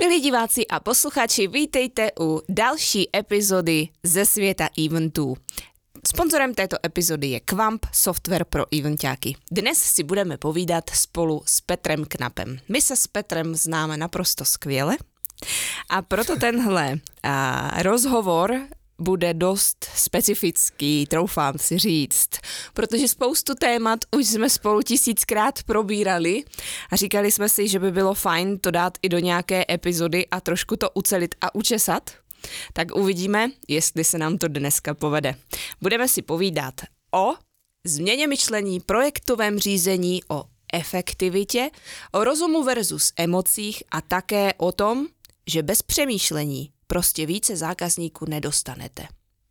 Milí diváci a posluchači, vítejte u další epizody ze světa eventů. Sponzorem této epizody je Kvamp, software pro eventáky. Dnes si budeme povídat spolu s Petrem Knapem. My se s Petrem známe naprosto skvěle a proto tenhle rozhovor bude dost specifický, troufám si říct, protože spoustu témat už jsme spolu 1000krát probírali a říkali jsme si, že by bylo fajn to dát i do nějaké epizody a trošku to ucelit a učesat. Tak uvidíme, jestli se nám to dneska povede. Budeme si povídat o změně myšlení, projektovém řízení, o efektivitě, o rozumu versus emocích a také o tom, že to prostě více zákazníků nedostanete.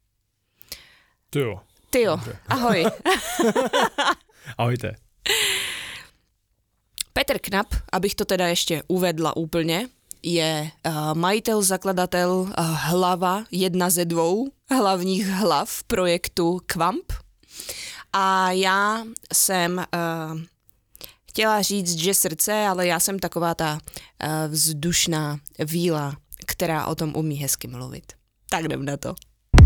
Tyjo, ahoj. Ahojte. Petr Knap, abych to teda ještě uvedla úplně, je majitel, zakladatel, hlava, jedna ze dvou hlavních hlav projektu Kvamp. A já jsem chtěla říct, že srdce, ale já jsem taková ta vzdušná víla, která o tom umí hezky mluvit. Tak jdem na to.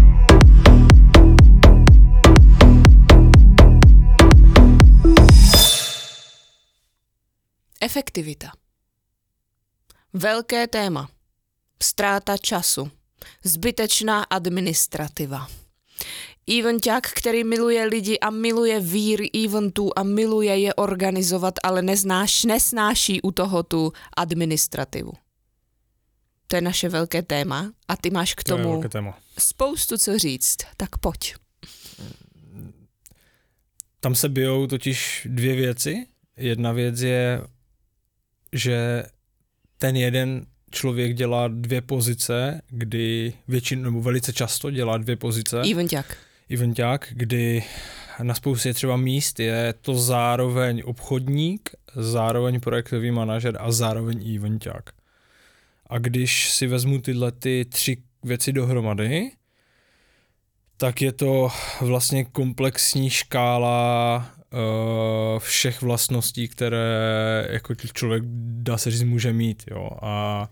Efektivita. Velké téma. Ztráta času. Zbytečná administrativa. Eventák, který miluje lidi a miluje vír eventů a miluje je organizovat, ale nesnáší u toho tu administrativu. To je naše velké téma a ty máš k tomu spoustu co říct, tak pojď. Tam se bijou totiž dvě věci. Jedna věc je, že ten jeden člověk dělá dvě pozice, kdy nebo velice často dělá dvě pozice. Eventák, kdy na spoustě třeba míst je to zároveň obchodník, zároveň projektový manažer a zároveň eventák. A když si vezmu tyhle ty tři věci dohromady, tak je to vlastně komplexní škála všech vlastností, které jako člověk, dá se říct, může mít. Jo. A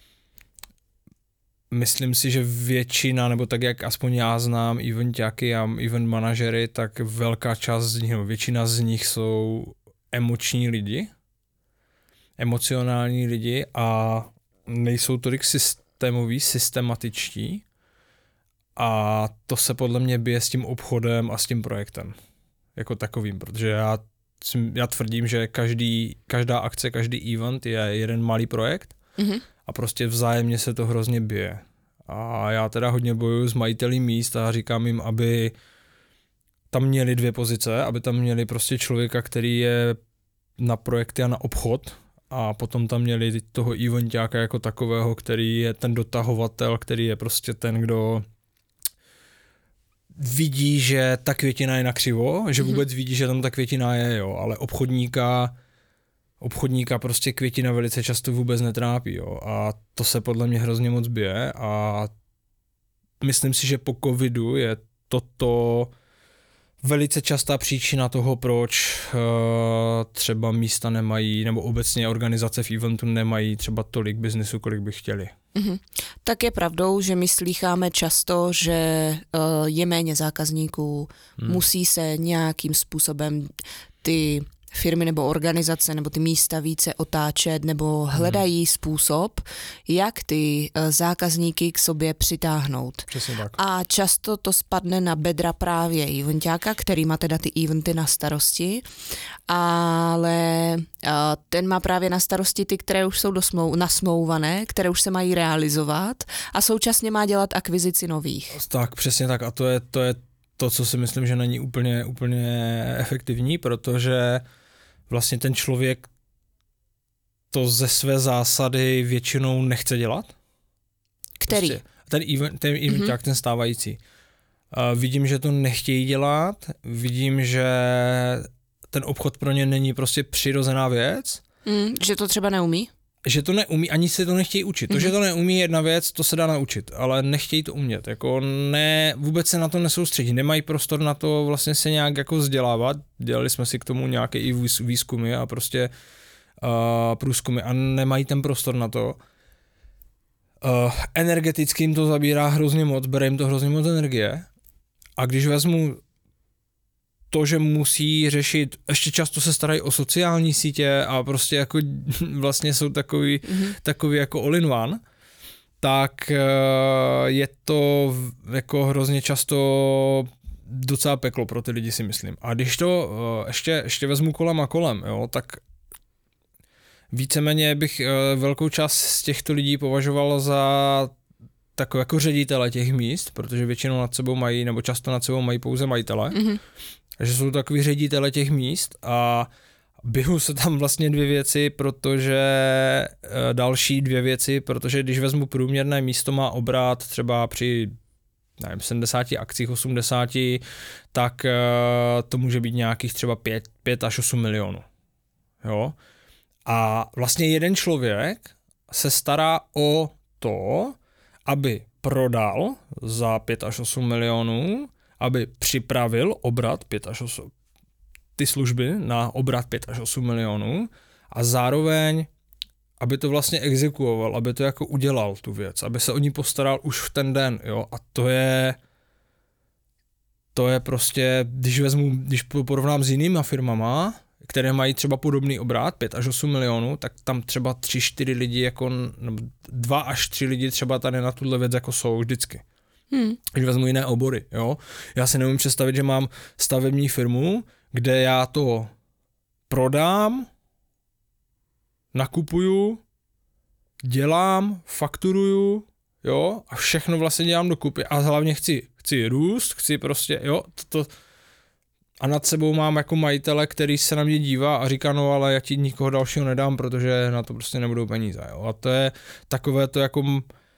myslím si, že většina, nebo tak jak aspoň já znám eventáky a event manažery, tak velká část z nich, většina z nich jsou emoční lidi, emocionální lidi a nejsou tolik systematičtí a to se podle mě bije s tím obchodem a s tím projektem jako takovým, protože já tvrdím, že každá akce, každý event je jeden malý projekt a prostě vzájemně se to hrozně bije. A já teda hodně bojuju s majiteli míst a říkám jim, aby tam měli dvě pozice, aby tam měli prostě člověka, který je na projekty a na obchod, a potom tam měli toho eventáka jako takového, který je ten dotahovatel, který je prostě ten, kdo vidí, že ta květina je nakřivo, že vůbec vidí, že tam ta květina je, jo, ale obchodníka prostě květina velice často vůbec netrápí, jo, a to se podle mě hrozně moc bije a myslím si, že po covidu je toto velice častá příčina toho, proč třeba místa nemají, nebo obecně organizace v eventu nemají třeba tolik biznesu, kolik by chtěli. Tak je pravdou, že my slýcháme často, že je méně zákazníků, musí se nějakým způsobem ty firmy nebo organizace nebo ty místa více otáčet nebo hledají způsob, jak ty zákazníky k sobě přitáhnout. Přesně tak. A často to spadne na bedra právě eventáka, který má teda ty eventy na starosti, ale ten má právě na starosti ty, které už jsou nasmlouvané, které už se mají realizovat a současně má dělat akvizici nových. Tak, přesně tak a to je to, co si myslím, že není úplně efektivní, protože vlastně ten člověk to ze své zásady většinou nechce dělat. Který? Prostě ten eventák, ten stávající. Vidím, že to nechtějí dělat, vidím, že ten obchod pro ně není prostě přirozená věc. Že to třeba neumí? Že to neumí, ani se to nechtějí učit. To, že to neumí, jedna věc, to se dá naučit, ale nechtějí to umět. Jako vůbec se na to nesoustředí, nemají prostor na to vlastně se nějak jako vzdělávat. Dělali jsme si k tomu nějaké i výzkumy a prostě průzkumy a nemají ten prostor na to. energetickým to zabírá hrozně moc, bere jim to hrozně moc energie. A když vezmu to, že musí řešit, ještě často se starají o sociální sítě a prostě jako vlastně jsou takový jako all-in-one, tak je to jako hrozně často docela peklo pro ty lidi, si myslím. A když to ještě vezmu kolem a kolem, jo, tak víceméně bych velkou část z těchto lidí považoval za takové jako ředitele těch míst, protože většinou nad sebou mají, nebo často nad sebou mají pouze majitele. Že jsou takový ředitele těch míst a běhou se tam vlastně další dvě věci, protože když vezmu průměrné místo má obrat třeba při 70 akcích, 80, tak to může být nějakých třeba 5 až 8 milionů. Jo? A vlastně jeden člověk se stará o to, aby prodal za 5 až 8 milionů, aby připravil obrat 5 až 8, ty služby na obrat 5 až 8 milionů a zároveň, aby to vlastně exekuoval, aby to jako udělal tu věc, aby se o ní postaral už v ten den, jo, a to je prostě, když porovnám s jinýma firmama, které mají třeba podobný obrat, 5 až 8 milionů, tak tam třeba 3-4 lidi, jako 2 až 3 lidi třeba tady na tuhle věc jako jsou vždycky. Když vezmu jiné obory, jo. Já si neumím představit, že mám stavební firmu, kde já to prodám, nakupuju, dělám, fakturuju, jo, a všechno vlastně dělám dokupy a hlavně chci růst, chci prostě, jo, a nad sebou mám jako majitele, který se na mě dívá a říká, no ale já ti nikoho dalšího nedám, protože na to prostě nebudou peníze, jo. A to je takové to jako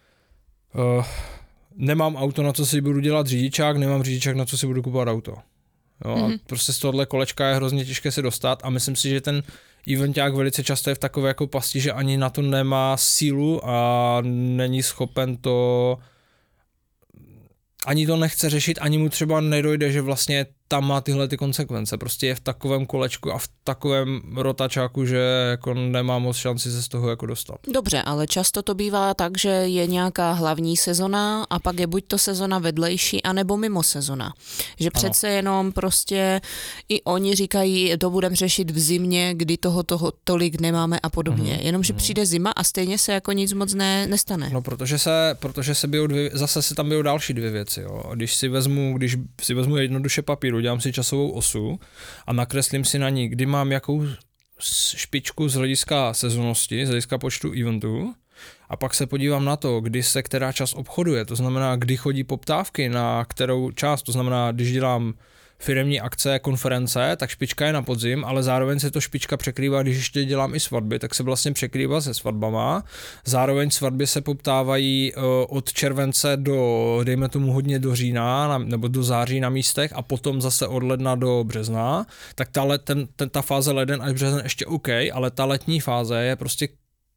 nemám auto, na co si budu dělat řidičák, nemám řidičák, na co si budu kupovat auto. Jo, a prostě z tohohle kolečka je hrozně těžké se dostat a myslím si, že ten eventák velice často je v takové jako pasti, že ani na to nemá sílu a není schopen to, ani to nechce řešit, ani mu třeba nedojde, že vlastně tam má tyhle ty konsekvence. Prostě je v takovém kolečku a v takovém rotačáku, že jako nemá moc šanci se z toho jako dostat. Dobře, ale často to bývá tak, že je nějaká hlavní sezona a pak je buď to sezona vedlejší, anebo mimo sezona. Že přece jenom prostě i oni říkají, to budeme řešit v zimě, kdy toho tolik nemáme a podobně. Jenomže přijde zima a stejně se jako nic moc nestane. No, protože se bijou zase se tam bijou další dvě věci. Jo. Když si vezmu jednoduše papíru, dělám si časovou osu a nakreslím si na ní, kdy mám jakou špičku z hlediska sezonnosti, z hlediska počtu eventů a pak se podívám na to, kdy se která část obchoduje, to znamená, kdy chodí poptávky na kterou část, to znamená, když dělám firemní akce, konference, tak špička je na podzim, ale zároveň se to špička překrývá, když ještě dělám i svatby, tak se vlastně překrývá se svatbama. Zároveň svatby se poptávají od července do, dejme tomu hodně do října, nebo do září na místech a potom zase od ledna do března. Tak ta fáze leden až březen ještě OK, ale ta letní fáze je prostě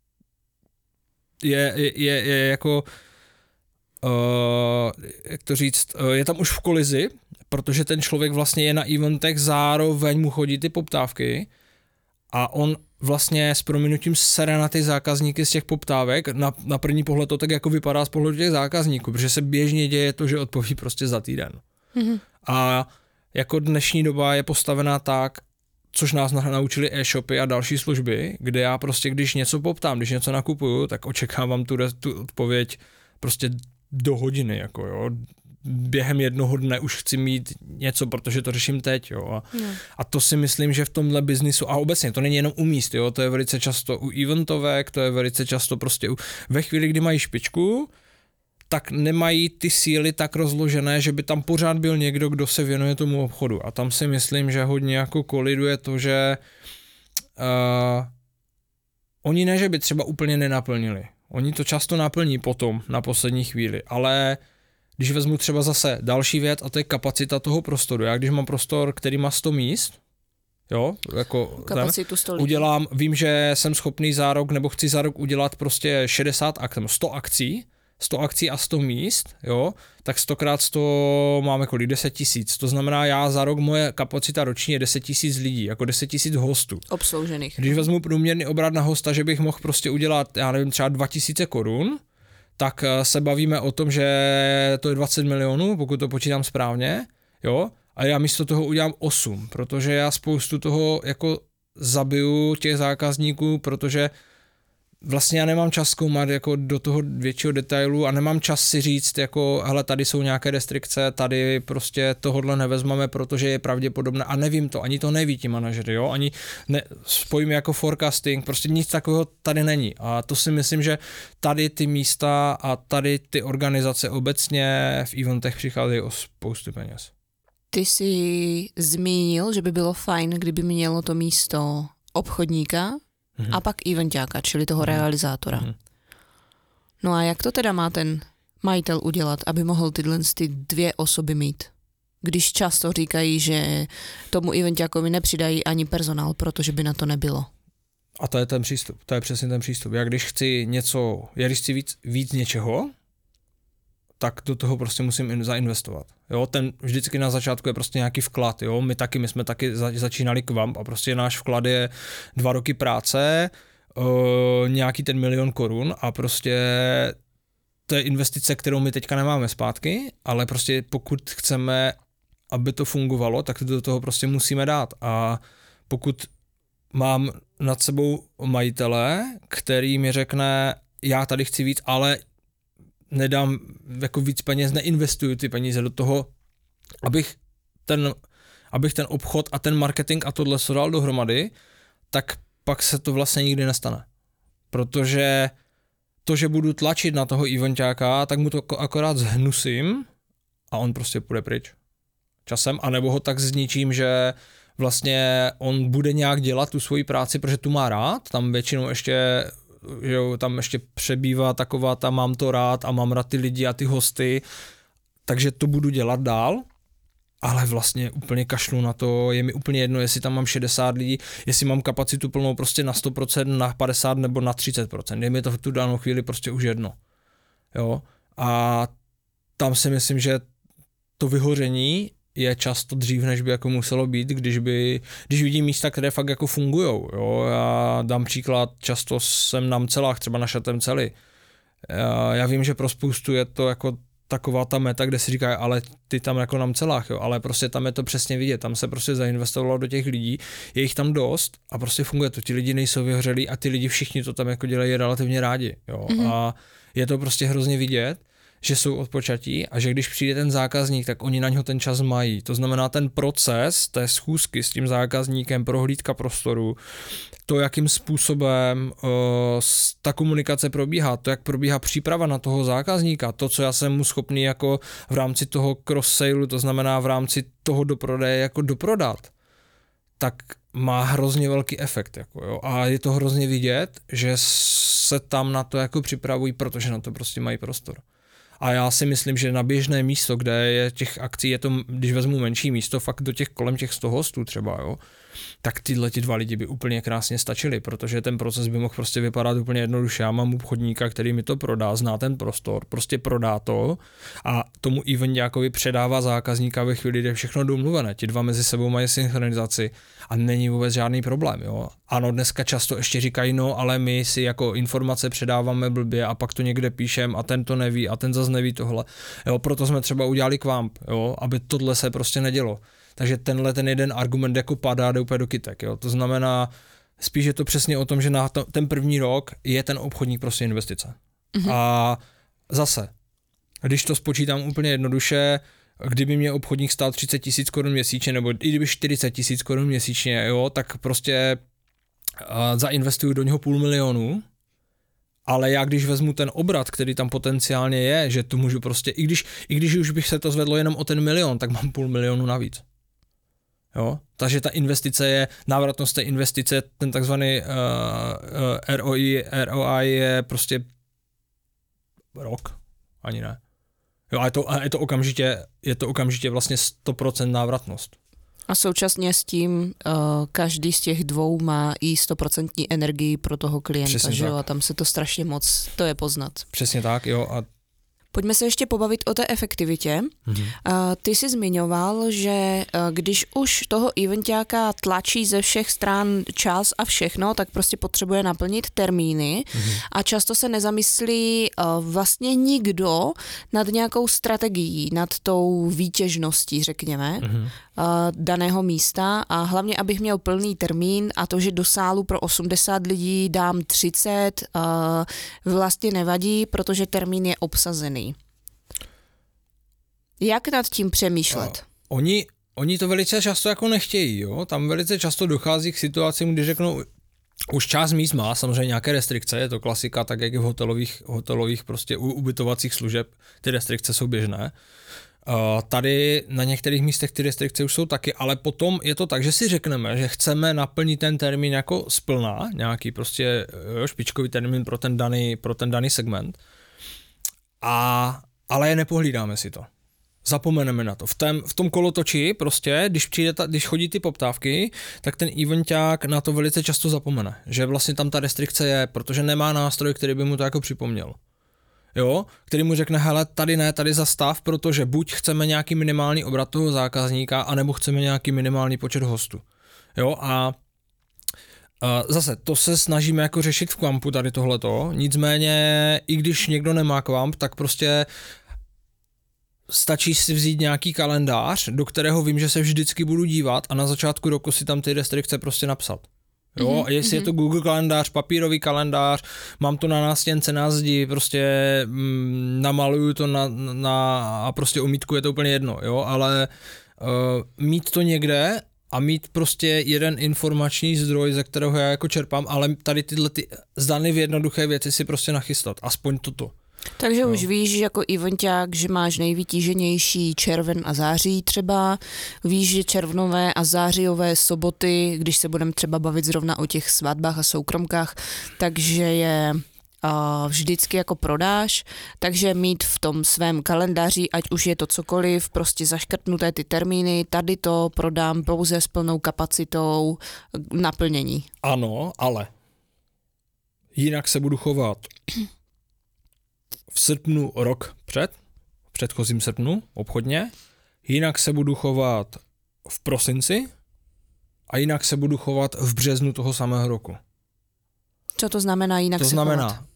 je jako jak to říct, je tam už v kolizi, protože ten člověk vlastně je na eventech, zároveň mu chodí ty poptávky a on vlastně s prominutím sere na ty zákazníky z těch poptávek, na první pohled to tak jako vypadá z pohledu těch zákazníků, protože se běžně děje to, že odpoví prostě za týden. A jako dnešní doba je postavená tak, což nás naučili e-shopy a další služby, kde já prostě, když něco poptám, když něco nakupuju, tak očekávám tu odpověď prostě do hodiny, jako jo. Během jednoho dne už chci mít něco, protože to řeším teď, jo. A to si myslím, že v tomhle biznisu, a obecně to není jenom u míst, jo, to je velice často u eventovek, to je velice často prostě ve chvíli, kdy mají špičku, tak nemají ty síly tak rozložené, že by tam pořád byl někdo, kdo se věnuje tomu obchodu. A tam si myslím, že hodně jako koliduje to, že oni ne, že by třeba úplně nenaplnili. Oni to často naplní potom, na poslední chvíli, ale když vezmu třeba zase další věc a to je kapacita toho prostoru. Já když mám prostor, který má 100 míst, jo, jako kapacitu 100 lidí. Udělám, vím, že jsem schopný za rok, nebo chci za rok udělat prostě 60 akcí, 100 akcí, 100 akcí a 100 míst, jo, tak 100 x 100 máme kolik? 10 000. To znamená, já za rok moje kapacita roční je 10 000 lidí, jako 10 000 hostů. Obsloužených. Když vezmu průměrný obrat na hosta, že bych mohl prostě udělat, já nevím, třeba 2000 korun, tak se bavíme o tom, že to je 20 milionů, pokud to počítám správně, jo, a já místo toho udělám 8, protože já spoustu toho jako zabiju těch zákazníků, protože vlastně já nemám čas zkoumat jako do toho většího detailu a nemám čas si říct jako hele, tady jsou nějaké restrikce, tady prostě tohodle nevezmeme, protože je pravděpodobné a nevím to, ani to neví ti manažeři, jo, ani spojím jako forecasting, prostě nic takového tady není a to si myslím, že tady ty místa a tady ty organizace obecně v eventech přicházejí o spoustu peněz. Ty jsi zmínil, že by bylo fajn, kdyby mělo to místo obchodníka a pak eventáka, čili toho realizátora. No a jak to teda má ten majitel udělat, aby mohl tyhle ty 2 osoby mít? Když často říkají, že tomu eventákovi nepřidají ani personál, protože by na to nebylo. A to je ten přístup, to je přesně ten přístup. Já když chci víc něčeho, tak do toho prostě musím zainvestovat. Jo, ten vždycky na začátku je prostě nějaký vklad, jo, my jsme taky začínali Kvamp a prostě náš vklad je 2 roky práce, nějaký ten 1 000 000 korun a prostě to je investice, kterou my teďka nemáme zpátky, ale prostě pokud chceme, aby to fungovalo, tak do toho prostě musíme dát a pokud mám nad sebou majitele, který mi řekne, já tady chci víc, ale nedám jako víc peněz, neinvestuju ty peníze do toho, abych ten obchod a ten marketing a tohle se dal dohromady, tak pak se to vlastně nikdy nestane. Protože to, že budu tlačit na toho eventáka, tak mu to akorát zhnusím a on prostě půjde pryč časem, anebo ho tak zničím, že vlastně on bude nějak dělat tu svoji práci, protože tu má rád, tam většinou ještě jo, tam ještě přebývá taková ta mám to rád a mám rád ty lidi a ty hosty, takže to budu dělat dál, ale vlastně úplně kašlu na to, je mi úplně jedno, jestli tam mám 60 lidí, jestli mám kapacitu plnou prostě na 100%, na 50 nebo na 30%, je mi to v tu danou chvíli prostě už jedno. Jo? A tam si myslím, že to vyhoření je často dřív, než by jako muselo být, když vidím místa, které fakt jako fungujou. Jo? Já dám příklad, často jsem na mcelách, třeba na Šatem Cely. Já vím, že pro spoustu je to jako taková ta meta, kde si říkají, ale ty tam jako na mcelách, jo? Ale prostě tam je to přesně vidět, tam se prostě zainvestovalo do těch lidí, je jich tam dost a prostě funguje to, ti lidi nejsou vyhořelí a ty lidi všichni to tam jako dělají relativně rádi. Jo? A je to prostě hrozně vidět, že jsou odpočatí a že když přijde ten zákazník, tak oni na něho ten čas mají. To znamená ten proces té schůzky s tím zákazníkem, prohlídka prostoru, to, jakým způsobem ta komunikace probíhá, to, jak probíhá příprava na toho zákazníka, to, co já jsem mu schopný jako v rámci toho cross-sailu, to znamená v rámci toho doprodeje jako doprodat, tak má hrozně velký efekt. Jako, jo. A je to hrozně vidět, že se tam na to jako připravují, protože na to prostě mají prostor. A já si myslím, že na běžné místo, kde je těch akcí, je to, když vezmu menší místo, fakt do těch kolem těch 100 hostů třeba, jo, tak tyhle 2 lidi by úplně krásně stačili, protože ten proces by mohl prostě vypadat úplně jednoduše. Já mám obchodníka, který mi to prodá, zná ten prostor, prostě prodá to a tomu eventákovi předává zákazníka ve chvíli, kdy je všechno domluvené. Ti 2 mezi sebou mají synchronizaci a není vůbec žádný problém, jo. Ano, dneska často ještě říkají, no, ale my si jako informace předáváme blbě a pak to někde píšem a ten to neví a ten zase neví tohle. Jo, proto jsme třeba udělali Kvamp, jo, aby tohle se prostě nedělo. Takže ten jeden argument jako padá, jde úplně do kytek, jo. To znamená, spíš je to přesně o tom, že na ten první rok je ten obchodník prostě investice. A zase, když to spočítám úplně jednoduše, kdyby mě obchodník stál 30 000 korun měsíčně, nebo i kdyby 40 000 korun měsíčně, jo, tak prostě zainvestuju do něho 500 000, ale já když vezmu ten obrat, který tam potenciálně je, že to můžu prostě, i když už bych se to zvedlo jenom o ten 1 000 000, tak mám 500 000 navíc. Jo? Takže ta investice je, návratnost té investice, ten takzvaný ROI je prostě rok, ani ne. Jo, a je to okamžitě vlastně 100% návratnost. A současně s tím každý z těch 2 má i 100% energii pro toho klienta, že jo? A tam se to strašně moc, to je poznat. Přesně tak, jo. A Pojďme se ještě pobavit o té efektivitě. Ty jsi zmiňoval, že když už toho eventáka tlačí ze všech stran čas a všechno, tak prostě potřebuje naplnit termíny a často se nezamyslí vlastně nikdo nad nějakou strategií, nad tou výtěžností, řekněme, daného místa a hlavně, abych měl plný termín a to, že do sálu pro 80 lidí dám 30, vlastně nevadí, protože termín je obsazený. Jak nad tím přemýšlet? Oni to velice často jako nechtějí, jo? Tam velice často dochází k situacím, kdy řeknou, už část míst má samozřejmě nějaké restrikce, je to klasika, tak jak i v hotelových prostě ubytovacích služeb, ty restrikce jsou běžné. Tady na některých místech ty restrikce už jsou taky, ale potom je to tak, že si řekneme, že chceme naplnit ten termín jako splná, nějaký prostě špičkový termín pro ten daný segment, ale nepohlídáme si to. Zapomeneme na to. V tom kolotoči prostě, když chodí ty poptávky, tak ten eventák na to velice často zapomene, že vlastně tam ta restrikce je, protože nemá nástroj, který by mu to jako připomněl. Jo, který mu řekne, hele, tady ne, tady zastav, protože buď chceme nějaký minimální obrat toho zákazníka, anebo chceme nějaký minimální počet hostů. Jo, a zase, to se snažíme jako řešit v Kvampu tady tohleto, nicméně, i když někdo nemá Kvamp, tak prostě stačí si vzít nějaký kalendář, do kterého vím, že se vždycky budu dívat a na začátku roku si tam ty restrikce prostě napsat. Jo, a jestli je to Google kalendář, papírový kalendář, mám to na nástěnce na zdi, prostě namaluju to a prostě omítku je to úplně jedno, jo, ale mít to někde a mít prostě jeden informační zdroj, ze kterého já jako čerpám, ale tady tyhle zdánlivě jednoduché věci si prostě nachystat, aspoň toto. Takže už víš jako eventák, že máš nejvytíženější červen a září třeba, víš, že červnové a zářijové soboty, když se budeme třeba bavit zrovna o těch svatbách a soukromkách, takže je vždycky jako prodáš, takže mít v tom svém kalendáři, ať už je to cokoliv, prostě zaškrtnuté ty termíny, tady to prodám pouze s plnou kapacitou naplnění. Ano, ale jinak se budu chovat v srpnu rok v předchozím srpnu obchodně, jinak se budu chovat v prosinci a jinak se budu chovat v březnu toho samého roku. Co to znamená jinak to se znamená, chovat?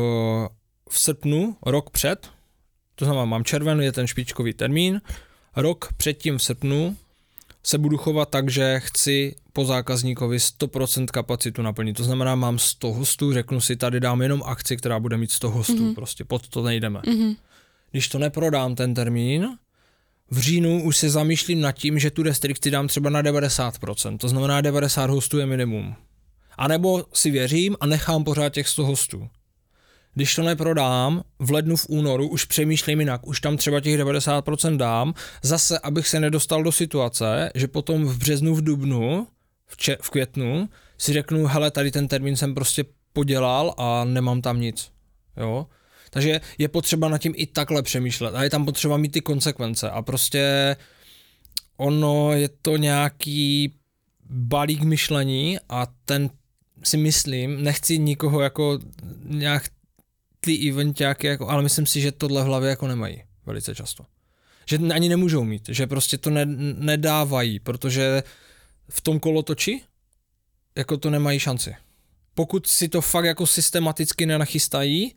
V srpnu rok před, to znamená mám červen, je ten špičkový termín, rok předtím v srpnu se budu chovat tak, že chci po zákazníkovi 100% kapacitu naplnit. To znamená, mám 100 hostů, řeknu si, tady dám jenom akci, která bude mít 100 hostů, prostě pod to nejdeme. Když to neprodám ten termín, v říjnu už se zamýšlím nad tím, že tu restrikci dám třeba na 90%, to znamená 90 hostů je minimum. A nebo si věřím a nechám pořád těch 100 hostů. Když to neprodám, v lednu, v únoru už přemýšlím jinak, už tam třeba těch 90% dám, zase, abych se nedostal do situace, že potom v březnu, v dubnu, v květnu si řeknu, hele, tady ten termín jsem prostě podělal a nemám tam nic. Jo? Takže je potřeba nad tím i takhle přemýšlet a je tam potřeba mít ty konsekvence a prostě ono je to nějaký balík myšlení a ten si myslím, nechci nikoho jako nějak ty eventáky, jako, ale myslím si, že tohle v hlavě jako nemají velice často. Že ani nemůžou mít, že prostě to nedávají, protože v tom kolotoči jako to nemají šanci. Pokud si to fakt jako systematicky nenachystají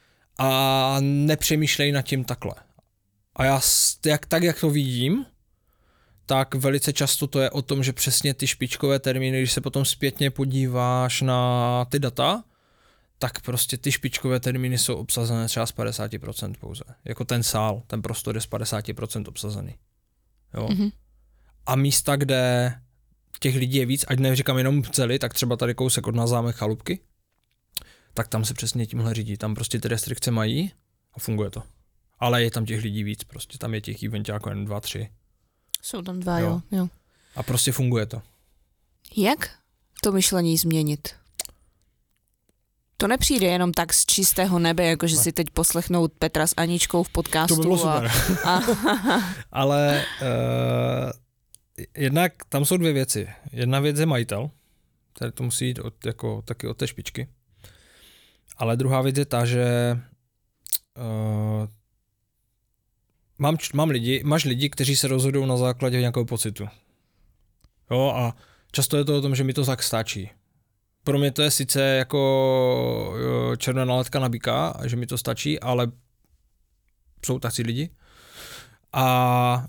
a nepřemýšlejí nad tím takhle. A já jak to vidím, tak velice často to je o tom, že přesně ty špičkové termíny, když se potom zpětně podíváš na ty data, tak prostě ty špičkové termíny jsou obsazené třeba z 50% pouze. Jako ten sál, ten prostor je z 50% obsazený. Jo? A místa, kde těch lidí je víc, ať neříkám jenom celý, tak třeba tady kousek od nás Zámek Chalupky, tak tam se přesně tímhle řídí. Tam prostě ty restrikce mají a funguje to. Ale je tam těch lidí víc, prostě tam je těch eventáků jen 2, 3. Jsou tam 2, jo. A prostě funguje to. Jak to myšlení změnit? To nepřijde jenom tak z čistého nebe, jakože si teď poslechnout Petra s Aničkou v podcastu. To by bylo super. Ale jednak tam jsou dvě věci. Jedna věc je majitel, který to musí jít taky od té špičky. Ale druhá věc je ta, že máš lidi, kteří se rozhodují na základě nějakého pocitu. Jo, a často je to o tom, že mi to tak stačí. Pro mě to je sice jako černá náletka na bíka, že mi to stačí, ale jsou tací lidi. A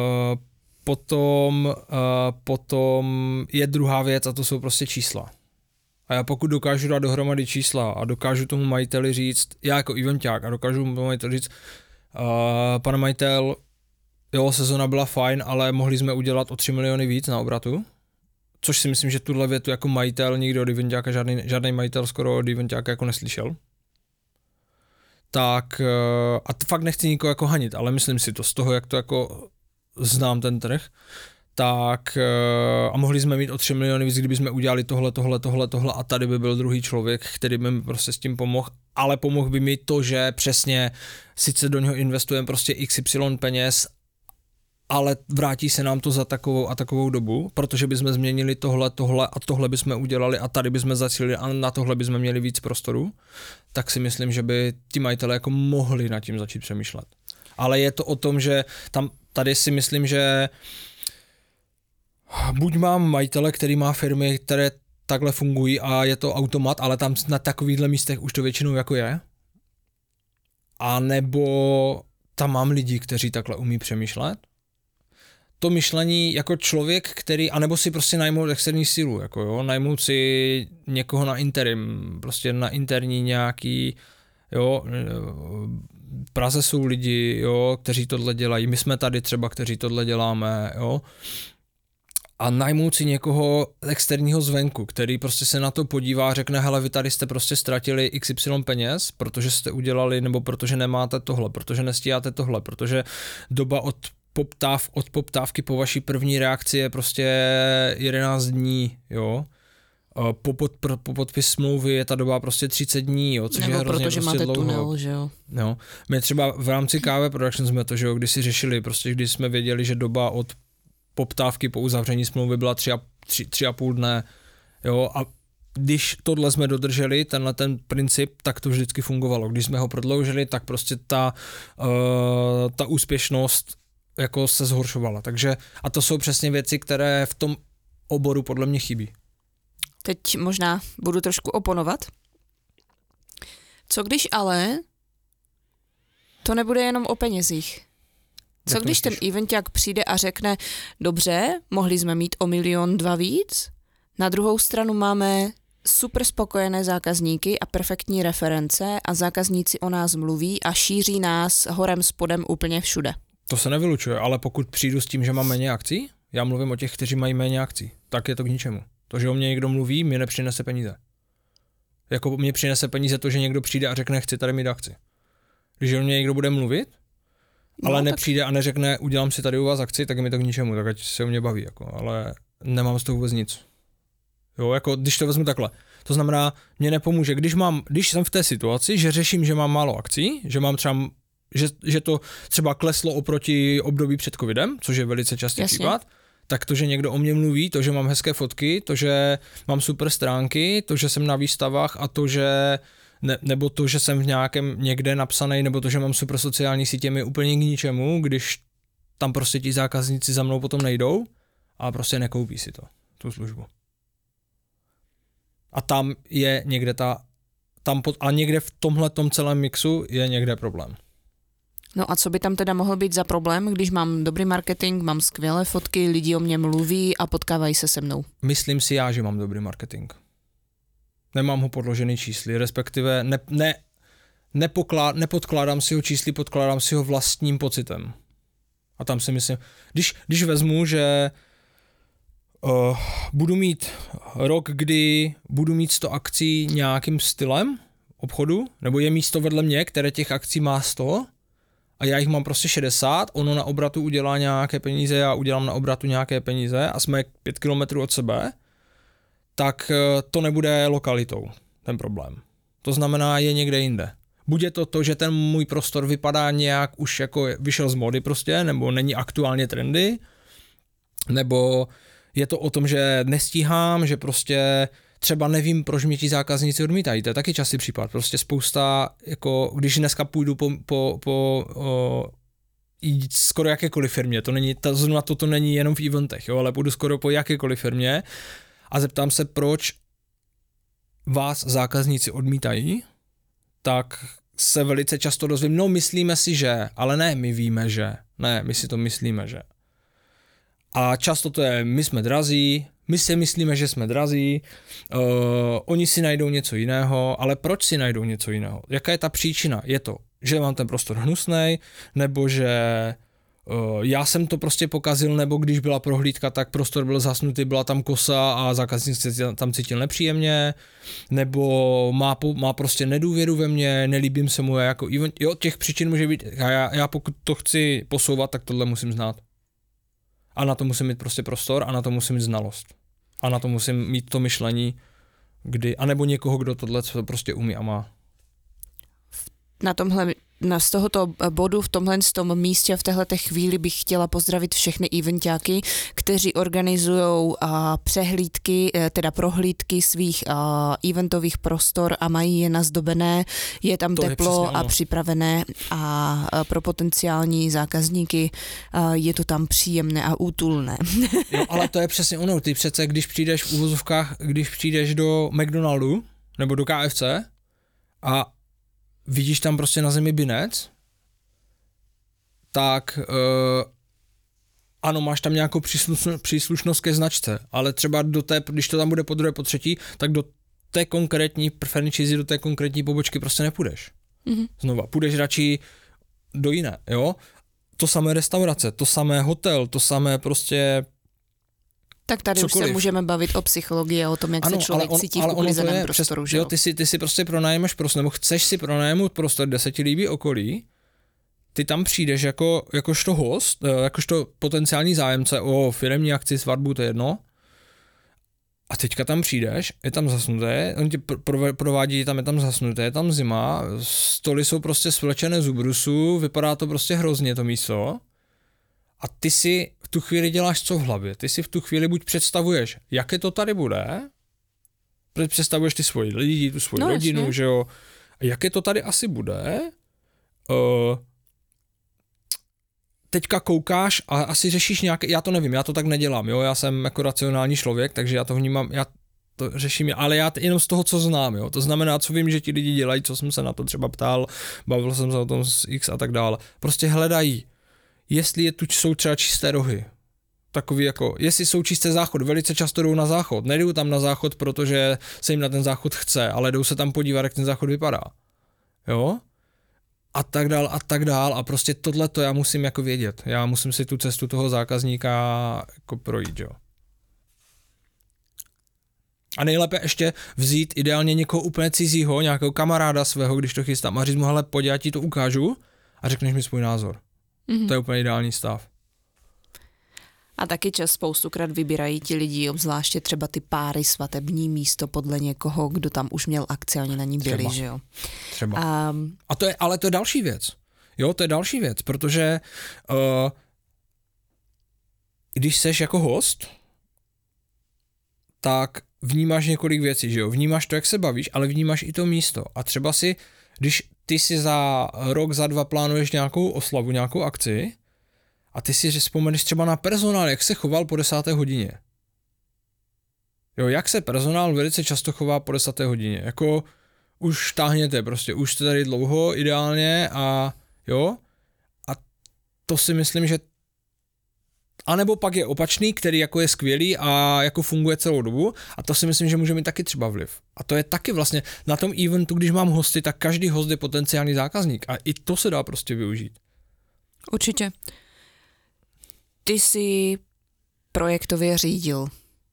potom je druhá věc a to jsou prostě čísla. A já pokud dokážu dát dohromady čísla a dokážu tomu majiteli říct, já jako eventák a dokážu tomu majiteli říct, pane majitel, jo, sezona byla fajn, ale mohli jsme udělat o 3 miliony víc na obratu, což si myslím, že tuhle větu jako majitel nikdo od eventáka, žádný majitel skoro od eventáka jako neslyšel. Tak, a to fakt nechci nikoho jako hanit, ale myslím si to z toho, jak to jako znám ten trh, tak a mohli jsme mít o 3 miliony víc, kdyby jsme udělali tohle a tady by byl druhý člověk, který by mi prostě s tím pomohl, ale pomohl by mi to, že přesně sice do něho investujeme prostě XY peněz, ale vrátí se nám to za takovou a takovou dobu, protože bychom změnili tohle a tohle bychom udělali a tady bychom zacílili a na tohle bychom měli víc prostoru, tak si myslím, že by ti majitelé jako mohli nad tím začít přemýšlet. Ale je to o tom, že tady si myslím, že buď mám majitele, který má firmy, které takhle fungují a je to automat, ale tam na takovýchhle místech už to většinou jako je. A nebo tam mám lidi, kteří takhle umí přemýšlet. To myšlení jako člověk, který, anebo si prostě najmout externí sílu, jako jo, najmout si někoho na interim, prostě na interní nějaký, jo, v Praze jsou lidi, jo, kteří tohle dělají, my jsme tady třeba, kteří tohle děláme, jo, a najmout si někoho externího zvenku, který prostě se na to podívá a řekne, hele, vy tady jste prostě ztratili XY peněz, protože jste udělali, nebo protože nemáte tohle, protože nestíháte tohle, protože doba od poptávky po vaší první reakci je prostě 11 dní, jo. Po podpis smlouvy je ta doba prostě 30 dní, jo, což nebo je hrozně protože prostě máte dlouho. tunel, že jo. No. My třeba v rámci KV Production jsme to, že jo, když si řešili, prostě když jsme věděli, že doba od poptávky po uzavření smlouvy byla 3,5 dne, jo, a když tohle jsme dodrželi, ten princip, tak to vždycky fungovalo. Když jsme ho prodloužili, tak prostě ta úspěšnost jako se zhoršovala. Takže, a to jsou přesně věci, které v tom oboru podle mě chybí. Teď možná budu trošku oponovat. Co když ale to nebude jenom o penězích? Co když ten eventák přijde a řekne, dobře, mohli jsme mít o 1,2 milionu víc, na druhou stranu máme super spokojené zákazníky a perfektní reference a zákazníci o nás mluví a šíří nás horem spodem úplně všude. To se nevylučuje, ale pokud přijdu s tím, že mám méně akcí, já mluvím o těch, kteří mají méně akcí, tak je to k ničemu. To, že o mě někdo mluví, mi nepřinese peníze. Jako mě přinese peníze to, že někdo přijde a řekne, chci tady mít akci. Když o mě někdo bude mluvit, ale nepřijde a neřekne, udělám si tady u vás akci, tak je mi to k ničemu, tak ať se o mě baví, jako, ale nemám z toho vůbec nic. Jo, jako když to vezmu takhle. To znamená, mě nepomůže, když jsem v té situaci, že řeším, že mám málo akcí, že mám třeba že to třeba kleslo oproti období před covidem, což je velice častý případ, tak to, že někdo o mě mluví, to, že mám hezké fotky, to, že mám super stránky, to, že jsem na výstavách a to, že nebo to, že jsem v nějakém někde napsaný, nebo to, že mám super sociální sítě, mi úplně k ničemu, když tam prostě ti zákazníci za mnou potom nejdou a prostě nekoupí si tu službu. A tam je někde a někde v tomhletom celém mixu je někde problém. No a co by tam teda mohl být za problém, když mám dobrý marketing, mám skvělé fotky, lidi o mě mluví a potkávají se se mnou? Myslím si já, že mám dobrý marketing. Nemám ho podložený čísly, respektive nepodkládám si ho čísly, podkládám si ho vlastním pocitem. A tam si myslím, když vezmu, že budu mít rok, kdy budu mít 100 akcí nějakým stylem obchodu, nebo je místo vedle mě, které těch akcí má 100, a já jich mám prostě 60, ono na obratu udělá nějaké peníze, já udělám na obratu nějaké peníze a jsme 5 kilometrů od sebe, tak to nebude lokalitou, ten problém. To znamená, je někde jinde. Buď je to, že ten můj prostor vypadá nějak už jako vyšel z mody prostě, nebo není aktuálně trendy, nebo je to o tom, že nestíhám, že prostě třeba nevím, proč mě ti zákazníci odmítají. To je taky častý případ. Prostě spousta, jako když dneska půjdu po jít skoro jakékoliv firmě, zrovna toto není jenom v eventech, jo, ale půjdu skoro po jakékoliv firmě a zeptám se, proč vás zákazníci odmítají, tak se velice často dozvím, no myslíme si, že, ale ne, my víme, že, ne, my si to myslíme, že. A často to je, my jsme drazí, my si myslíme, že jsme drazí, oni si najdou něco jiného, ale proč si najdou něco jiného? Jaká je ta příčina? Je to, že mám ten prostor hnusnej, nebo že já jsem to prostě pokazil, nebo když byla prohlídka, tak prostor byl zasnutý, byla tam kosa a zákazník se tam cítil nepříjemně, nebo má prostě nedůvěru ve mně, nelíbím se mu jako event. Jo, těch příčin může být, já pokud to chci posouvat, tak tohle musím znát. A na to musím mít prostě prostor a na to musím mít znalost. A na to musím mít to myšlení, anebo někoho, kdo tohle prostě umí a má. Z tohoto bodu v tomhle místě a v téhleté chvíli bych chtěla pozdravit všechny eventáky, kteří organizují přehlídky, teda prohlídky svých eventových prostor a mají je nazdobené, je tam teplo a připravené a pro potenciální zákazníky je to tam příjemné a útulné. Jo, ale to je přesně ono, ty přece, když přijdeš v uvozovkách, když přijdeš do McDonaldu nebo do KFC a vidíš tam prostě na zemi binec, tak ano, máš tam nějakou příslušnost ke značce, ale třeba když to tam bude po druhé, po třetí, tak do té konkrétní franchise, do té konkrétní pobočky prostě nepůjdeš. Mm-hmm. Znova, půjdeš radši do jiné, jo? To samé restaurace, to samé hotel, to samé prostě tak tady cokoliv. Už se můžeme bavit o psychologii a o tom, jak se člověk cítí v uklizeném prostoru. Že? Jo, ty si prostě pronajmeš prostor, nebo chceš si pronajmout prostor, kde se ti líbí okolí, ty tam přijdeš jakožto host, jakožto potenciální zájemce o firemní akci, svatbu, to je jedno, a teďka tam přijdeš, je tam zasnuté, on tě provádí, je tam zasnuté, je tam zima, stoly jsou prostě svlečené z ubrusu, vypadá to prostě hrozně to místo. A ty si v tu chvíli děláš co v hlavě? Ty si v tu chvíli buď představuješ, jaké to tady bude, představuješ ty svoji lidi, tu svoji rodinu, jasně. Že jo, a jaké to tady asi bude, teďka koukáš a asi řešíš nějaké, já to nevím, já to tak nedělám, jo, já jsem jako racionální člověk, takže já to vnímám, já to řeším, ale já jenom z toho, co znám, jo, to znamená, co vím, že ti lidi dělají, co jsem se na to třeba ptal, bavil jsem se o tom s X a tak dále, prostě hledají, jestli jsou třeba čisté rohy, takový jako, jestli jsou čisté záchod, velice často jdou na záchod, nejdou tam na záchod, protože se jim na ten záchod chce, ale jdou se tam podívat, jak ten záchod vypadá, jo, a tak dál a prostě tohleto já musím jako vědět, já musím si tu cestu toho zákazníka jako projít, jo. A nejlépe ještě vzít ideálně někoho úplně cizího, nějakého kamaráda svého, když to chystám a říct mu, hele, pojď, já ti to ukážu a řekneš mi svůj názor. Mm-hmm. To je úplně ideální stav. A taky spoustukrát vybírají ti lidi, obzvláště třeba ty páry svatební místo podle někoho, kdo tam už měl akci, oni na ní byli, třeba. Že jo. Třeba. Ale to je další věc. Jo, to je další věc, protože když seš jako host, tak vnímáš několik věcí, že jo. Vnímáš to, jak se bavíš, ale vnímáš i to místo. A třeba si, když ty si za rok, za dva plánuješ nějakou oslavu, nějakou akci a ty si vzpomeneš třeba na personál, jak se choval po 10. hodině. Jo, jak se personál velice často chová po 10. hodině. Jako už táhněte prostě, už jste tady dlouho ideálně a jo. A to si myslím, že a nebo pak je opačný, který jako je skvělý a jako funguje celou dobu a to si myslím, že může mít taky třeba vliv. A to je taky vlastně na tom eventu, když mám hosty, tak každý host je potenciální zákazník a i to se dá prostě využít. Určitě. Ty jsi projektově řídil.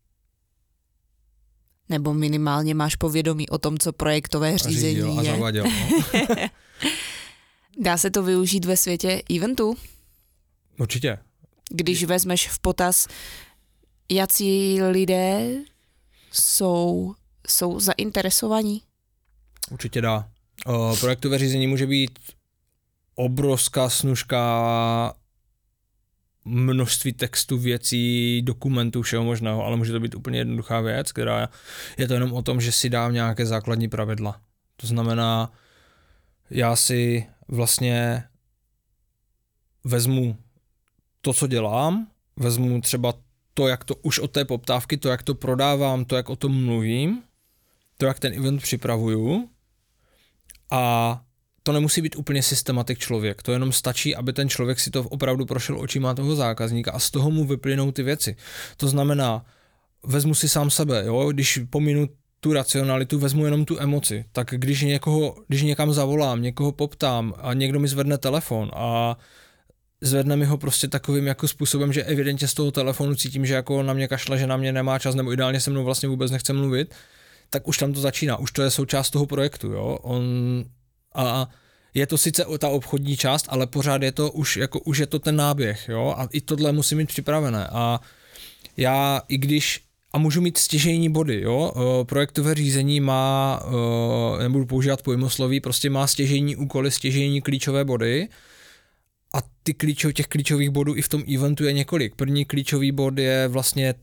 Nebo minimálně máš povědomí o tom, co projektové řízení je. A zaváděl, no. Dá se to využít ve světě eventu? Určitě. Když vezmeš v potaz, jací lidé jsou zainteresovaní? Určitě dá. Projektové řízení může být obrovská snužka množství textů, věcí, dokumentů, všeho možného, ale může to být úplně jednoduchá věc, která je to jenom o tom, že si dám nějaké základní pravidla. To znamená, já si vlastně vezmu to, co dělám, vezmu třeba to, jak to už od té poptávky, to, jak to prodávám, to, jak o tom mluvím, to, jak ten event připravuju, a to nemusí být úplně systematik člověk, to jenom stačí, aby ten člověk si to opravdu prošel očima toho zákazníka a z toho mu vyplynou ty věci. To znamená, vezmu si sám sebe, jo? Když pominu tu racionalitu, vezmu jenom tu emoci, tak když někam zavolám, někoho poptám a někdo mi zvedne telefon a zvedne mi ho prostě takovým jako způsobem, že evidentně z toho telefonu cítím, že jako na mě kašle, že na mě nemá čas, nebo ideálně se mnou vlastně vůbec nechce mluvit, tak už tam to začíná, už to je součást toho projektu, jo. A je to sice ta obchodní část, ale pořád je to už je to ten náběh, jo. A i tohle musím mít připravené. A já a můžu mít stěžejní body, jo. Projektové řízení má, nebudu používat pojmosloví, prostě má stěžejní úkoly, stěžejní klíčové body. A těch klíčových bodů i v tom eventu je několik. První klíčový bod je vlastně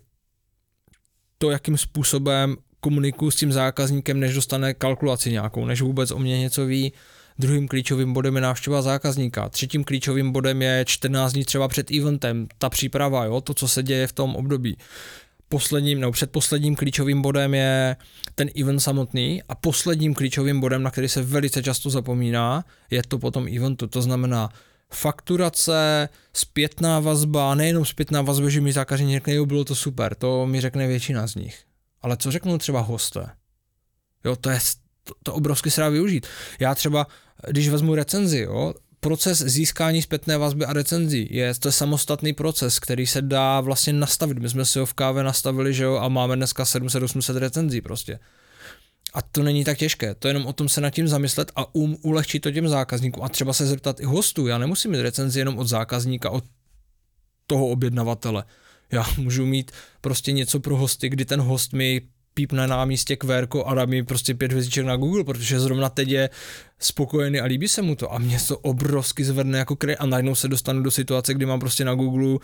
jakým způsobem komunikuju s tím zákazníkem, než dostane kalkulaci nějakou, než vůbec o mě něco ví. Druhým klíčovým bodem je návštěva zákazníka. Třetím klíčovým bodem je 14 dní třeba před eventem, ta příprava, jo, to, co se děje v tom období. Předposledním klíčovým bodem je ten event samotný a posledním klíčovým bodem, na který se velice často zapomíná, je to potom eventu. To znamená fakturace, zpětná vazba, nejenom zpětná vazba, že mi zákazník řekne, jo, bylo to super, to mi řekne většina z nich. Ale co řeknou třeba hosté? Jo, to obrovsky se dá využít. Já třeba, když vezmu recenzi, jo, proces získání zpětné vazby a recenzí to je samostatný proces, který se dá vlastně nastavit. My jsme si ho v Kávě nastavili, že jo, a máme dneska 700-800 recenzí prostě. A to není tak těžké, to je jenom o tom se nad tím zamyslet a ulehčit to těm zákazníkům a třeba se zeptat i hostů. Já nemusím mít recenzi jenom od zákazníka, od toho objednavatele. Já můžu mít prostě něco pro hosty, kdy ten host mi pípne na místě QRko a dá mi prostě 5 hvězdiček na Google, protože zrovna teď je spokojený a líbí se mu to a mě to obrovsky zvedne jako a najednou se dostanu do situace, kdy mám prostě na Google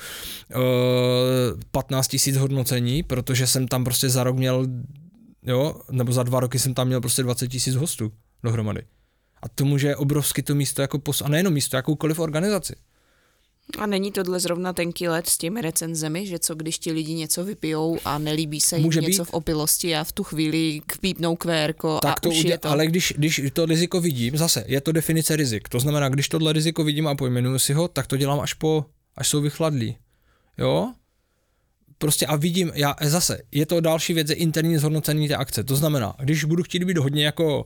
15 000 hodnocení, protože jsem tam prostě za rok měl, jo, nebo za 2 roky jsem tam měl prostě 20 000 hostů dohromady. A to může obrovsky to místo jako a nejenom místo, jakoukoliv organizaci. A není tohle zrovna tenký let s těmi recenzemi, že co když ti lidi něco vypijou a nelíbí se jim něco v opilosti a v tu chvíli pípnou QRko tak a to už je to. Ale když to riziko vidím, zase je to definice rizik. To znamená, když tohle riziko vidím a pojmenuju si ho, tak to dělám až jsou vychladlí. Jo? Prostě a vidím, je to další věc, je interní zhodnocení té akce. To znamená, když budu chtít být hodně jako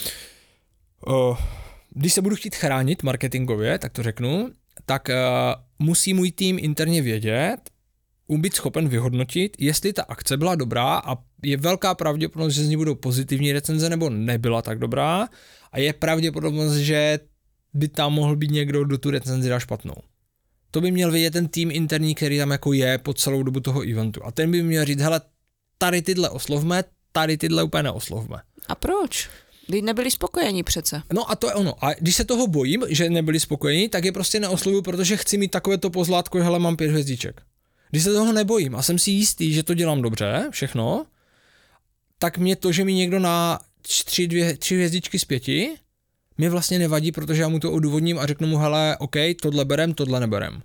když se budu chtít chránit marketingově, tak to řeknu, tak musí můj tým interně vědět, být schopen vyhodnotit, jestli ta akce byla dobrá a je velká pravděpodobnost, že z ní budou pozitivní recenze nebo nebyla tak dobrá a je pravděpodobnost, že by tam mohl být někdo, kdo tu recenzi dá špatnou. To by měl vědět ten tým interní, který tam jako je po celou dobu toho eventu a ten by měl říct, hele, tady tyhle oslovme, tady tyhle úplně neoslovme. A proč? Když nebyli spokojení přece. No a to je ono. A když se toho bojím, že nebyli spokojení, tak je prostě neoslovuju, protože chci mít takovéto pozlátko, že hele, mám 5 hvězdiček. Když se toho nebojím a jsem si jistý, že to dělám dobře, všechno, tak mě to, že mi někdo na 3 hvězdičky z 5, mě vlastně nevadí, protože já mu to odůvodním a řeknu mu, hele, OK, tohle berem, tohle neberem.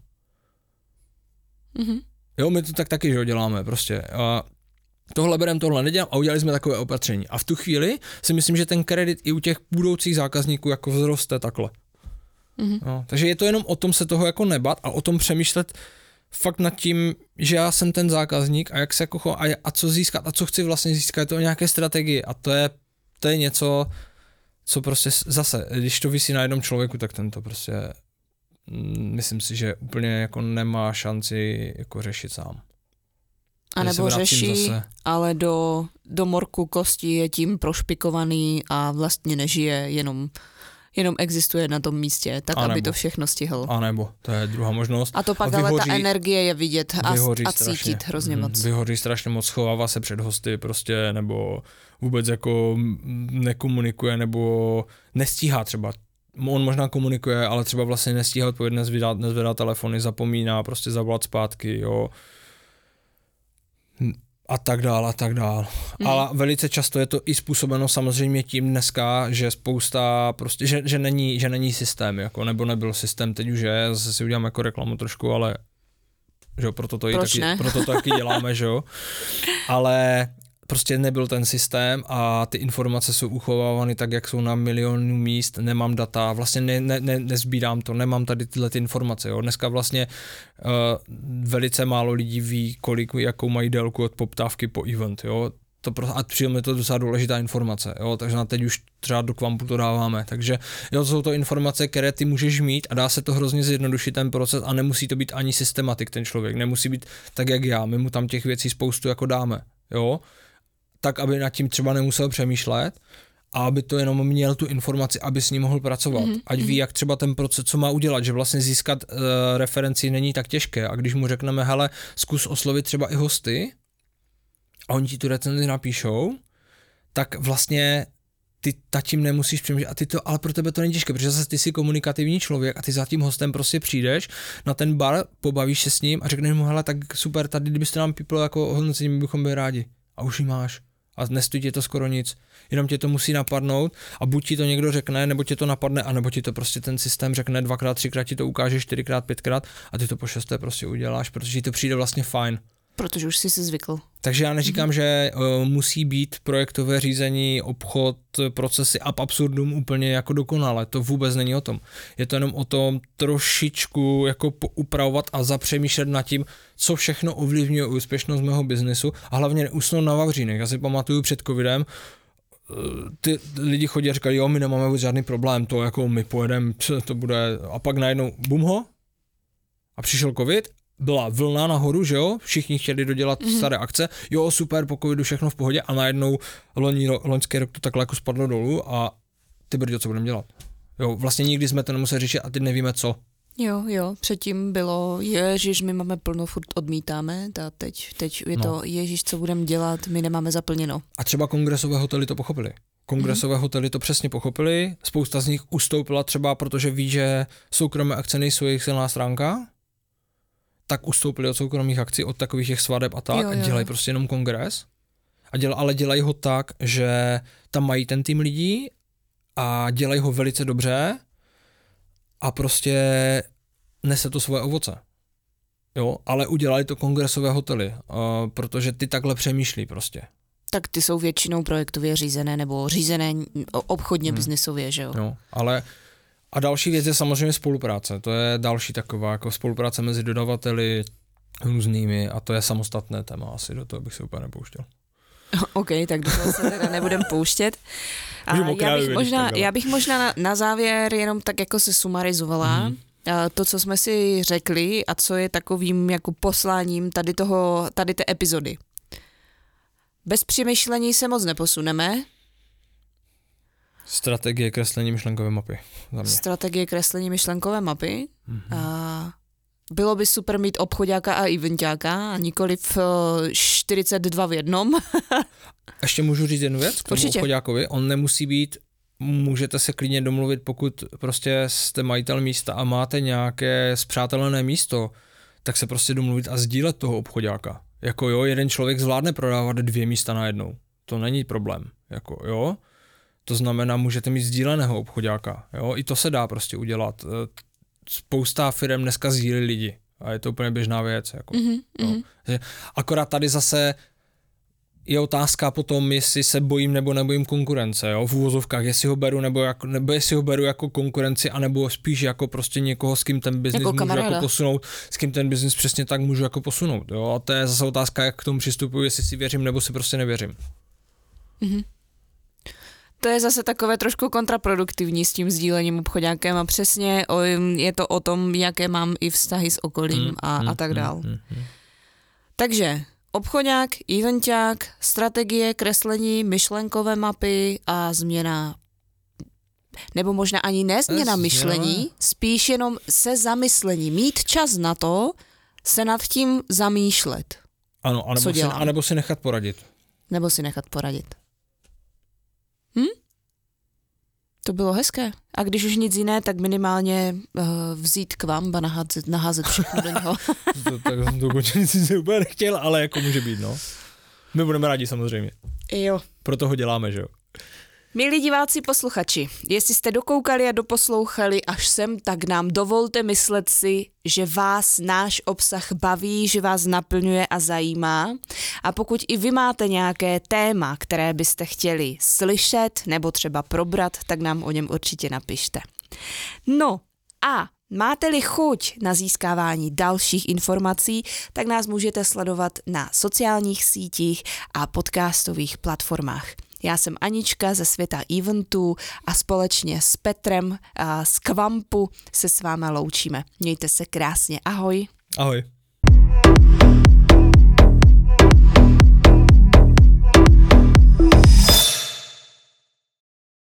Mhm. Jo, my to tak taky, že děláme prostě. Tohle berem, tohle nedělám a udělali jsme takové opatření. A v tu chvíli si myslím, že ten kredit i u těch budoucích zákazníků jako vzroste takhle. Mm-hmm. No, takže je to jenom o tom se toho jako nebat a o tom přemýšlet fakt nad tím, že já jsem ten zákazník a jak se jako a co získat a co chci vlastně získat, to je nějaké strategie a to je něco, co prostě zase, když to visí na jednom člověku, tak ten to prostě myslím si, že úplně jako nemá šanci jako řešit sám. A nebo řeší, ale do morku kosti je tím prošpikovaný a vlastně nežije, jenom existuje na tom místě, tak aby to všechno stihl. A nebo, to je druhá možnost. A to pak ale ta energie je vidět a cítit hrozně moc. Vyhoří strašně moc, schovává se před hosty prostě, nebo vůbec jako nekomunikuje, nebo nestíhá třeba. On možná komunikuje, ale třeba vlastně nestíhá odpovědět, nezvedá telefony, zapomíná prostě zavolat zpátky, jo. a tak dál. Ale velice často je to i způsobeno samozřejmě tím dneska, že spousta prostě, že není systém, jako, nebo nebyl systém, teď už je, zase si udělám jako reklamu trošku, ale že jo, proto to taky děláme, že jo. Ale prostě nebyl ten systém a ty informace jsou uchovávány tak, jak jsou na milionu míst, nemám data, vlastně nezbírám to, nemám tady tyhle ty informace, jo. Dneska vlastně velice málo lidí ví, jakou mají délku od poptávky po event, jo. A přijde mi to docela důležitá informace, jo, takže na teď už třeba do Kvampu to dáváme, takže jo, to jsou to informace, které ty můžeš mít a dá se to hrozně zjednodušit ten proces a nemusí to být ani systematik ten člověk, nemusí být tak jak já, my mu tam těch věcí spoustu jako dáme, jo, tak aby nad tím třeba nemusel přemýšlet a aby to jenom měl tu informaci, aby s ním mohl pracovat, ať ví, jak třeba ten proces, co má udělat, že vlastně získat referenci není tak těžké a když mu řekneme, hele, zkus oslovit třeba i hosty, a oni ti tu recenzi napíšou, tak vlastně ty tím nemusíš přemýšlet, ale pro tebe to není těžké, protože zase ty jsi komunikativní člověk a ty za tím hostem prostě přijdeš na ten bar, pobavíš se s ním a řekneš mu, hele, tak super, tady kdybyste nám píplo jako hodnocení, my bychom byli rádi. A už ji máš. A nestojí tě to skoro nic. Jenom tě to musí napadnout a buď ti to někdo řekne, nebo tě to napadne, anebo ti to prostě ten systém řekne 2x, 3x ti to ukáže, 4x, 5x a ty to po 6. prostě uděláš, protože ti to přijde vlastně fajn. Protože už jsi si zvykl. Takže já neříkám, že musí být projektové řízení, obchod, procesy ab absurdum úplně jako dokonale. To vůbec není o tom. Je to jenom o tom trošičku jako upravovat a zapřemýšlet nad tím, co všechno ovlivňuje úspěšnost mého biznesu a hlavně neusnout na vavřínech. Já si pamatuju před covidem, ty lidi chodí a říkali, jo, my nemáme vůbec žádný problém, to jako my pojedeme, to bude, a pak najednou bum ho a přišel covid. Byla vlna nahoru, že jo, všichni chtěli dodělat staré akce, jo, super, po covidu všechno v pohodě a najednou loňský rok to takhle jako spadlo dolů a ty brďo, co budeme dělat? Jo, vlastně nikdy jsme to nemuseli řešit a teď nevíme co. Jo, předtím bylo, ježiš, my máme plno, furt odmítáme, a teď je to, ježiš, co budeme dělat, my nemáme zaplněno. A třeba kongresové hotely to pochopili. Kongresové hotely to přesně pochopili, spousta z nich ustoupila třeba, protože ví, že soukromé akce nejsou jejich silná stránka, tak ustoupili od soukromých akcí, od takových těch svadeb a tak a dělají prostě jenom kongres. Ale dělají ho tak, že tam mají ten tým lidí a dělají ho velice dobře a prostě nese to svoje ovoce. Jo, ale udělali to kongresové hotely, protože ty takhle přemýšlí prostě. Tak ty jsou většinou projektově řízené nebo řízené obchodně biznisově, že jo? Jo, ale a další věc je samozřejmě spolupráce. To je další taková jako spolupráce mezi dodavateli různými a to je samostatné téma. Asi do toho bych se úplně nepouštěl. OK, tak do toho se teda nebudem pouštět. A já bych možná na závěr jenom tak jako se sumarizovala to, co jsme si řekli a co je takovým jako posláním tady té epizody. Bez přemýšlení se moc neposuneme. Strategie kreslení myšlenkové mapy. Strategie kreslení myšlenkové mapy. A bylo by super mít obchodáka a eventáka a nikoliv 42 v jednom. Ještě můžu říct jednu věc k tomu obchodákovi. On nemusí být, můžete se klidně domluvit, pokud prostě jste majitel místa a máte nějaké spřátelené místo, tak se prostě domluvit a sdílet toho obchodáka. Jako jo, jeden člověk zvládne prodávat 2 místa najednou. To není problém. Jako jo. To znamená, můžete mít sdíleného obchodáka. Jo? I to se dá prostě udělat. Spousta firem dneska sdílí lidi. A je to úplně běžná věc. Jako, akorát tady zase je otázka potom, jestli se bojím nebo nebojím konkurence. Jo? V úvozovkách, jestli ho beru nebo jestli ho beru jako konkurenci, anebo spíš jako prostě někoho, s kým ten biznis můžu jako posunout, s kým ten biznis přesně tak můžu jako posunout. Jo? A to je zase otázka, jak k tomu přistupuji, jestli si věřím nebo si prostě nevěřím. To je zase takové trošku kontraproduktivní s tím sdílením obchodákem a přesně je to o tom, jaké mám i vztahy s okolím a tak dál. Takže obchodák, eventák, strategie, kreslení, myšlenkové mapy a změna, nebo možná ani ne změna myšlení, spíš jenom se zamyslení, mít čas na to se nad tím zamýšlet. Ano, anebo si nechat poradit. Nebo si nechat poradit. To bylo hezké. A když už nic jiné, tak minimálně vzít Kvamp a naházet všechno do něho. Tak jsem to ukončení si úplně nechtěl, ale jako může být, no. My budeme rádi samozřejmě. Jo. Proto ho děláme, že jo. Milí diváci, posluchači, jestli jste dokoukali a doposlouchali až sem, tak nám dovolte myslet si, že vás náš obsah baví, že vás naplňuje a zajímá. A pokud i vy máte nějaké téma, které byste chtěli slyšet nebo třeba probrat, tak nám o něm určitě napište. No a máte-li chuť na získávání dalších informací, tak nás můžete sledovat na sociálních sítích a podcastových platformách. Já jsem Anička ze světa eventů a společně s Petrem z Kvampu se s váma loučíme. Mějte se krásně, ahoj. Ahoj.